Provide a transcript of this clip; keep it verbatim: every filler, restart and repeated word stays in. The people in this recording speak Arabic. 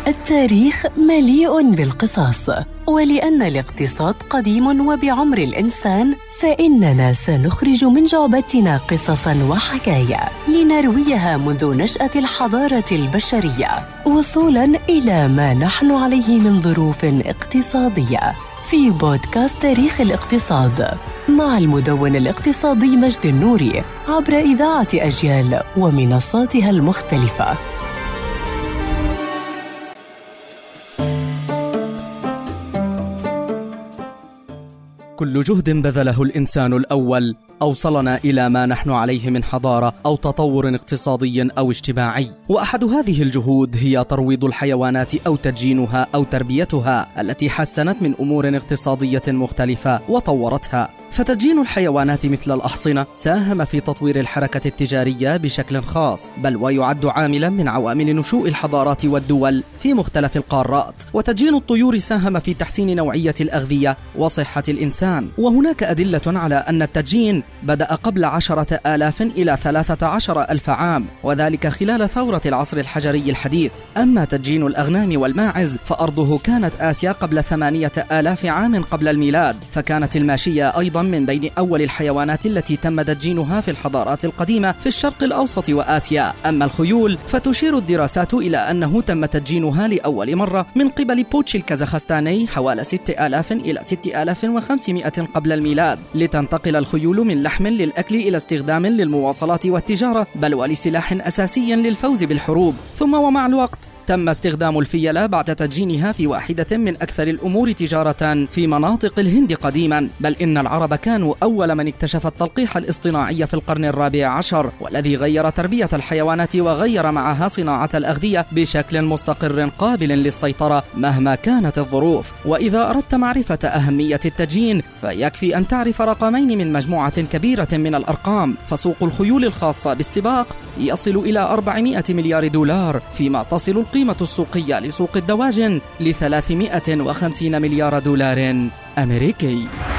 التاريخ مليء بالقصص، ولأن الاقتصاد قديم وبعمر الإنسان فإننا سنخرج من جعبتنا قصصاً وحكايا لنرويها منذ نشأة الحضارة البشرية وصولاً إلى ما نحن عليه من ظروف اقتصادية في بودكاست تاريخ الاقتصاد مع المدون الاقتصادي مجد النوري عبر إذاعة أجيال ومنصاتها المختلفة. كل جهد بذله الإنسان الأول أوصلنا إلى ما نحن عليه من حضارة أو تطور اقتصادي أو اجتماعي، وأحد هذه الجهود هي ترويض الحيوانات أو تدجينها أو تربيتها التي حسنت من أمور اقتصادية مختلفة وطورتها. فتدجين الحيوانات مثل الأحصنة ساهم في تطوير الحركة التجارية بشكل خاص، بل ويعد عاملا من عوامل نشوء الحضارات والدول في مختلف القارات. وتدجين الطيور ساهم في تحسين نوعية الأغذية وصحة الإنسان، وهناك أدلة على أن التدجين بدأ قبل عشرة آلاف إلى ثلاثة عشر ألف عام، وذلك خلال ثورة العصر الحجري الحديث. أما تدجين الأغنام والماعز فأرضه كانت آسيا قبل ثمانية آلاف عام قبل الميلاد، فكانت الماشية أيضا من بين أول الحيوانات التي تم تدجينها في الحضارات القديمة في الشرق الأوسط وآسيا. أما الخيول فتشير الدراسات إلى أنه تم تدجينها لأول مرة من قبل بوتشي الكازاخستاني حوالي ستة آلاف إلى ستة آلاف وخمسمائة قبل الميلاد، لتنتقل الخيول من لحم للأكل إلى استخدام للمواصلات والتجارة، بل ولسلاح أساسي للفوز بالحروب. ثم ومع الوقت تم استخدام الفيلة بعد تدجينها في واحدة من أكثر الأمور تجارة في مناطق الهند قديما، بل إن العرب كانوا أول من اكتشف التلقيح الاصطناعي في القرن الرابع عشر، والذي غير تربية الحيوانات وغير معها صناعة الأغذية بشكل مستقر قابل للسيطرة مهما كانت الظروف. وإذا أردت معرفة أهمية التدجين فيكفي أن تعرف رقمين من مجموعة كبيرة من الأرقام. فسوق الخيول الخاصة بالسباق يصل إلى أربعمائة مليار دولار، فيما تصل القيمة السوقية لسوق الدواجن ل ثلاثمائة وخمسين مليار دولار أمريكي.